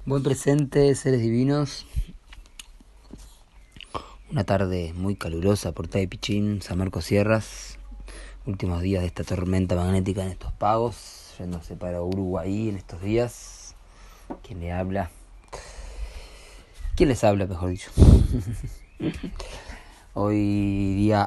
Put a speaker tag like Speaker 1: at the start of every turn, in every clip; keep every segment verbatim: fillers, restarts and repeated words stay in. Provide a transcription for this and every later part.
Speaker 1: Buen presente, seres divinos. Una tarde muy calurosa por Pichín, San Marcos Sierras. Últimos días de esta tormenta magnética en estos pagos, yéndose para Uruguay en estos días. ¿Quién le habla? ¿Quién les habla, mejor dicho? Hoy día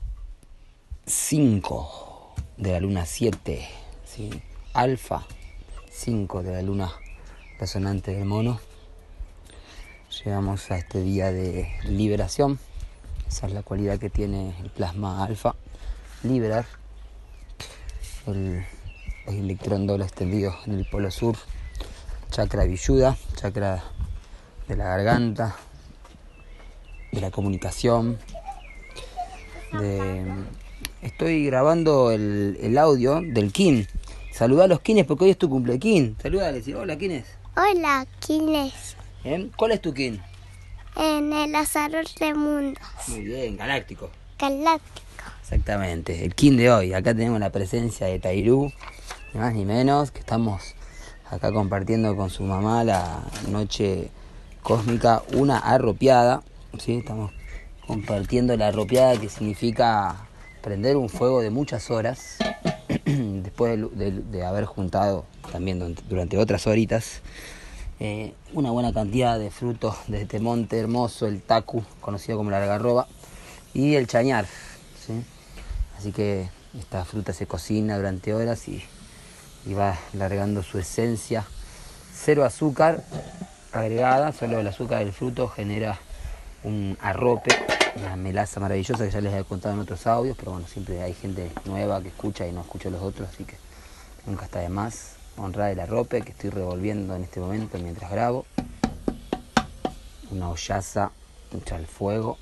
Speaker 1: cinco de la luna siete, ¿sí? Alfa cinco de la luna resonante del mono. Llegamos a este día de liberación. Esa es la cualidad que tiene el plasma alfa: liberar. El, el electrón doble extendido en el polo sur, chakra Vishuddha, chakra de la garganta, de la comunicación. De... Estoy grabando el, el audio del Kin. Saludá a los Kines porque hoy es tu cumple, Kin. Saludale, sí. Hola, Kines.
Speaker 2: Hola, Kines.
Speaker 1: ¿Eh? ¿Cuál es tu Kin?
Speaker 2: En el asador de mundos.
Speaker 1: Muy bien, galáctico.
Speaker 2: Galáctico.
Speaker 1: Exactamente, el Kin de hoy. Acá tenemos la presencia de Tairú, ni más ni menos, que estamos acá compartiendo con su mamá la noche cósmica, una arropiada, ¿sí? Estamos compartiendo la arropiada, que significa prender un fuego de muchas horas, después de, de, de haber juntado también durante, durante otras horitas, eh, una buena cantidad de frutos de este monte hermoso, el tacu, conocido como la algarroba, y el chañar, ¿sí? Así que esta fruta se cocina durante horas y, y va largando su esencia. Cero azúcar agregada, solo el azúcar del fruto genera un arrope, una melaza maravillosa que ya les he contado en otros audios, pero bueno, siempre hay gente nueva que escucha y no escucha los otros, así que nunca está de más honrar el arrope que estoy revolviendo en este momento mientras grabo. Una hollaza hecha al fuego.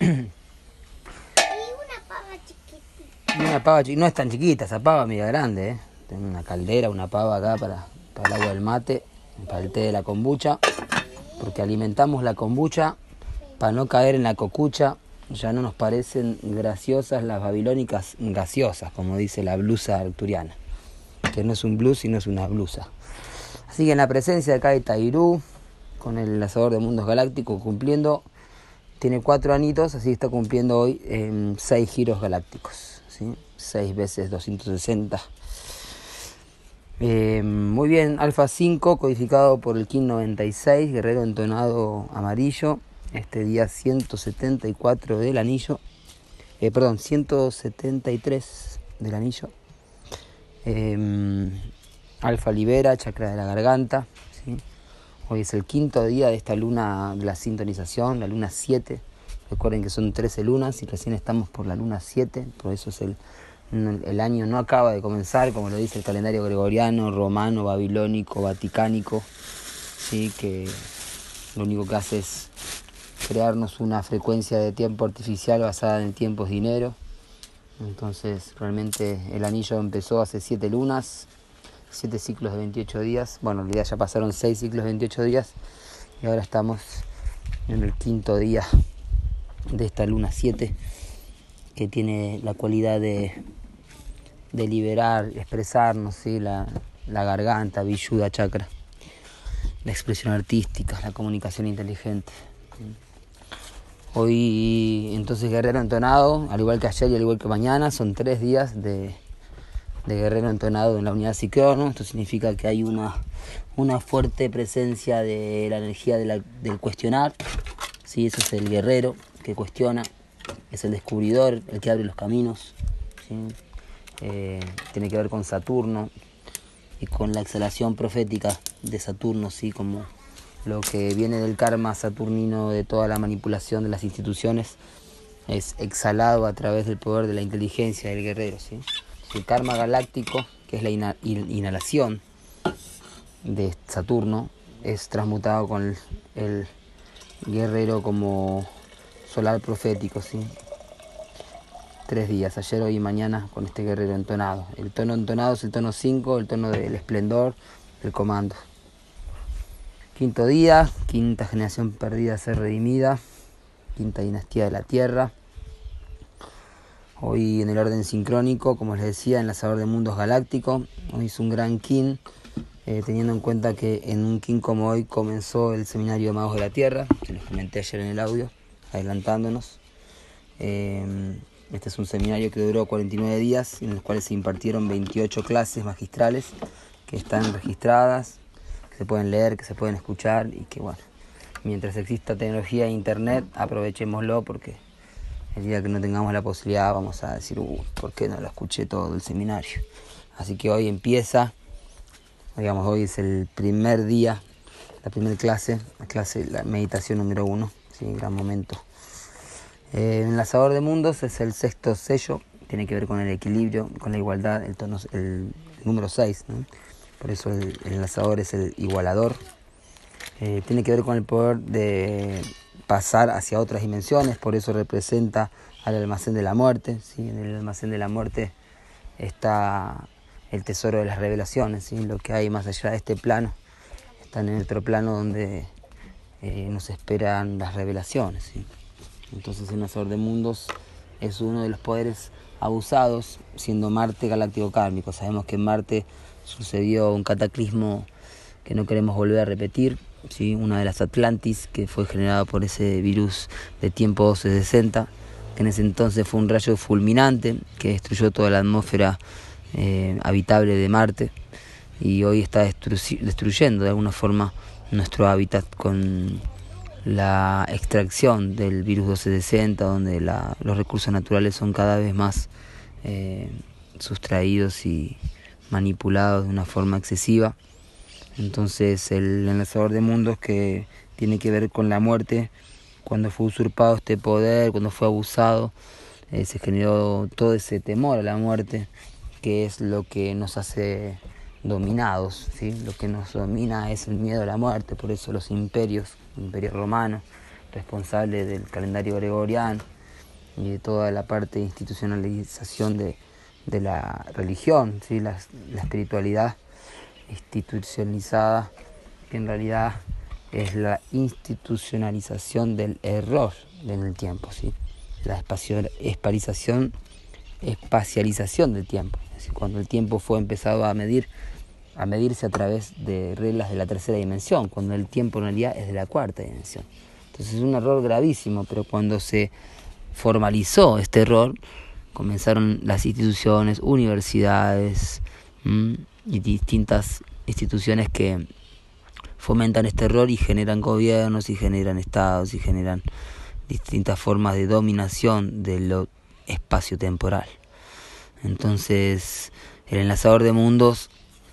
Speaker 1: Y una pava chiquita, no es tan chiquita, esa pava media grande, ¿eh? Tengo una caldera, una pava acá para, para el agua del mate, para el té de la kombucha, porque alimentamos la kombucha para no caer en la cocucha. Ya no nos parecen graciosas las babilónicas gaseosas, como dice la blusa arcturiana, que no es un blues sino es una blusa. Así que en la presencia de acá de Tairú, con el asador de mundos galácticos, cumpliendo, tiene cuatro anitos, así que está cumpliendo hoy en seis giros galácticos. ¿Sí? seis veces doscientos sesenta. Eh, muy bien, Alfa cinco, codificado por el Kin noventa y seis, guerrero entonado amarillo. Este día ciento setenta y cuatro del anillo. Eh, perdón, ciento setenta y tres del anillo. Eh, Alfa libera, chakra de la garganta. ¿Sí? Hoy es el quinto día de esta luna de la sintonización, la luna siete. Recuerden que son trece lunas y recién estamos por la luna siete, por eso es el, el año no acaba de comenzar, como lo dice el calendario gregoriano, romano, babilónico, vaticánico, ¿sí? Que lo único que hace es crearnos una frecuencia de tiempo artificial basada en el tiempo es dinero. Entonces realmente el anillo empezó hace siete lunas, siete ciclos de veintiocho días. Bueno, en realidad ya pasaron seis ciclos de veintiocho días y ahora estamos en el quinto día de esta luna siete, que tiene la cualidad de, de liberar, expresarnos, ¿sí? la, la garganta, Vishuddha chakra, la expresión artística, la comunicación inteligente. Hoy entonces guerrero entonado, al igual que ayer y al igual que mañana, son tres días de, de guerrero entonado en la unidad Psicrono. Esto significa que hay una, una fuerte presencia de la energía de la, del cuestionar, ¿sí? Eso es el guerrero que cuestiona, es el descubridor, el que abre los caminos, ¿sí? Eh, tiene que ver con Saturno y con la exhalación profética de Saturno, ¿sí? Como lo que viene del karma saturnino de toda la manipulación de las instituciones es exhalado a través del poder de la inteligencia del guerrero, ¿sí? El karma galáctico, que es la ina- inhalación de Saturno, es transmutado con el, el guerrero como solar profético, ¿sí? Tres días, ayer, hoy y mañana, con este guerrero entonado. El tono entonado es el tono cinco, el tono del esplendor, del comando. Quinto día, quinta generación perdida a ser redimida, quinta dinastía de la Tierra. Hoy en el orden sincrónico, como les decía, enlazador de mundos galácticos. Hoy es un gran Kin eh, teniendo en cuenta que en un kin como hoy comenzó el seminario de Magos de la Tierra, que les comenté ayer en el audio, adelantándonos. Eh, este es un seminario que duró cuarenta y nueve días, en los cuales se impartieron veintiocho clases magistrales que están registradas, que se pueden leer, que se pueden escuchar y que, bueno, mientras exista tecnología e internet, aprovechémoslo, porque el día que no tengamos la posibilidad vamos a decir, uh, ¿por qué no lo escuché todo el seminario? Así que hoy empieza, digamos, hoy es el primer día, la primera clase, la clase, la meditación número uno, ¿sí? Gran momento. Eh, Enlazador de Mundos es el sexto sello, tiene que ver con el equilibrio, con la igualdad, el, tono, el, el número seis, ¿no? Por eso el, el enlazador es el igualador. Eh, tiene que ver con el poder de pasar hacia otras dimensiones, por eso representa al almacén de la muerte, ¿sí? En el almacén de la muerte está el tesoro de las revelaciones, ¿sí? Lo que hay más allá de este plano está en otro plano donde eh, nos esperan las revelaciones, ¿sí? Entonces el Enlazador de Mundos es uno de los poderes abusados, siendo Marte galáctico kármico. Sabemos que en Marte sucedió un cataclismo que no queremos volver a repetir, ¿sí? Una de las Atlantis, que fue generada por ese virus de tiempo doce sesenta, que en ese entonces fue un rayo fulminante que destruyó toda la atmósfera eh, habitable de Marte, y hoy está destru- destruyendo de alguna forma nuestro hábitat con la extracción del virus doce sesenta, donde la, los recursos naturales son cada vez más eh, sustraídos y manipulados de una forma excesiva. Entonces el enlazador de mundos, que tiene que ver con la muerte, cuando fue usurpado este poder, cuando fue abusado, eh, se generó todo ese temor a la muerte, que es lo que nos hace dominados, ¿sí? Lo que nos domina es el miedo a la muerte. Por eso los imperios, el imperio romano, responsable del calendario gregoriano y de toda la parte de institucionalización de, de la religión, ¿sí? la, la espiritualidad institucionalizada, que en realidad es la institucionalización del error en el tiempo, ¿sí? La espacialización, espacialización del tiempo. Es decir, cuando el tiempo fue empezado a medir, a medirse a través de reglas de la tercera dimensión, cuando el tiempo en realidad es de la cuarta dimensión. Entonces es un error gravísimo, pero cuando se formalizó este error, comenzaron las instituciones, universidades mmm, y distintas instituciones que fomentan este error y generan gobiernos y generan estados y generan distintas formas de dominación de lo espacio-temporal. Entonces el enlazador de mundos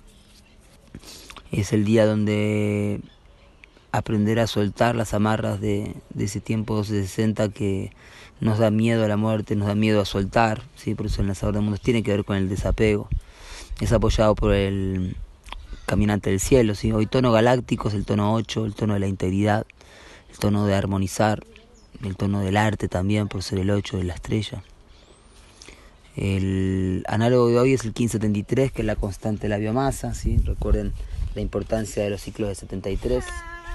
Speaker 1: es el día donde aprender a soltar las amarras de, de ese tiempo doce sesenta que nos da miedo a la muerte, nos da miedo a soltar, ¿sí? Por eso el enlazador de mundos tiene que ver con el desapego. Es apoyado por el caminante del cielo, ¿sí? Hoy tono galáctico es el tono ocho, el tono de la integridad, el tono de armonizar, el tono del arte también, por ser el ocho de la estrella. El análogo de hoy es el quince setenta y tres, que es la constante de la biomasa, ¿sí? Recuerden la importancia de los ciclos de setenta y tres.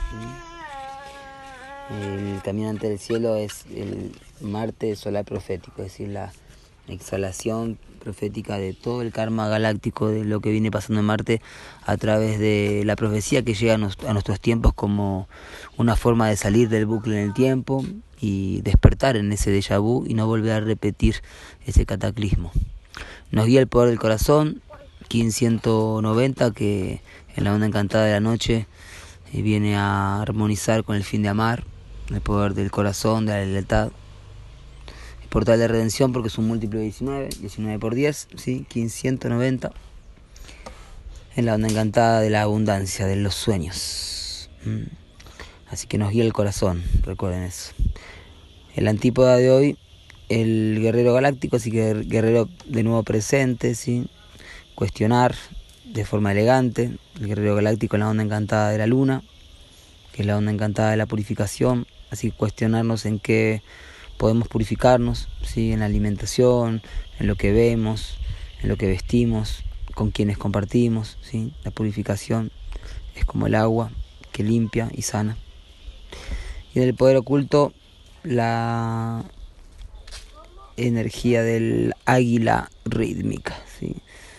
Speaker 1: El caminante del cielo es el Marte solar profético, es decir, la exhalación profética de todo el karma galáctico de lo que viene pasando en Marte, a través de la profecía que llega a, nos, a nuestros tiempos como una forma de salir del bucle en el tiempo y despertar en ese déjà vu y no volver a repetir ese cataclismo. Nos guía el poder del corazón, quince ciento noventa, que en la onda encantada de la noche eh, viene a armonizar con el fin de amar, el poder del corazón, de la lealtad. El portal de redención, porque es un múltiplo de diecinueve, diecinueve por diez, ¿sí? quince ciento noventa. En la onda encantada de la abundancia, de los sueños. Mm. Así que nos guía el corazón, recuerden eso. El antípoda de hoy, el guerrero galáctico, así que guerrero de nuevo presente, ¿sí? Cuestionar de forma elegante. El guerrero galáctico en la onda encantada de la luna, que es la onda encantada de la purificación. Así que cuestionarnos en qué podemos purificarnos, ¿sí? En la alimentación, en lo que vemos, en lo que vestimos, con quienes compartimos, ¿sí? La purificación es como el agua que limpia y sana. Y en el poder oculto, la energía del águila rítmica, ¿sí?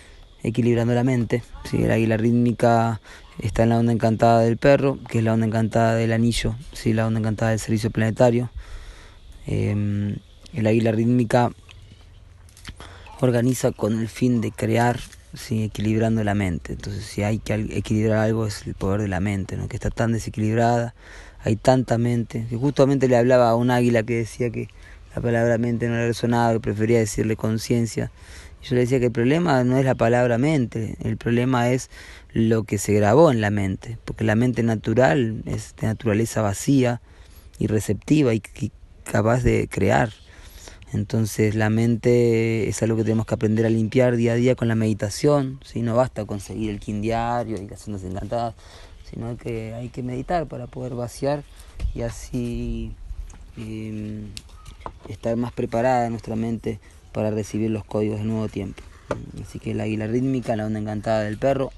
Speaker 1: equilibrando la mente. ¿Sí? El águila rítmica está en la onda encantada del perro, que es la onda encantada del anillo, ¿sí? La onda encantada del servicio planetario. Eh, el águila rítmica organiza con el fin de crear, ¿sí? Equilibrando la mente. Entonces, si hay que equilibrar algo, es el poder de la mente, ¿no? Que está tan desequilibrada, hay tanta mente, que justamente le hablaba a un águila que decía que la palabra mente no le resonaba, que prefería decirle conciencia. Yo le decía que el problema no es la palabra mente, el problema es lo que se grabó en la mente, porque la mente natural es de naturaleza vacía y receptiva y, y capaz de crear. Entonces la mente es algo que tenemos que aprender a limpiar día a día con la meditación, ¿sí? No basta conseguir el kin diario y las ondas encantadas, sino que hay que meditar para poder vaciar y así eh, estar más preparada nuestra mente para recibir los códigos del nuevo tiempo. Así que el águila rítmica, la onda encantada del perro.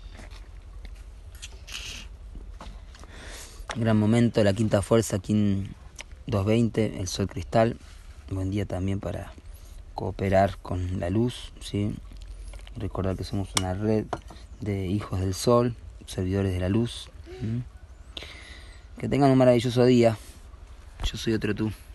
Speaker 1: Gran momento, la quinta fuerza, Kin doscientos veinte, el sol cristal. Buen día también para cooperar con la luz, ¿sí? Recordar que somos una red de hijos del sol, servidores de la luz. ¿Mm? Que tengan un maravilloso día. Yo soy otro tú.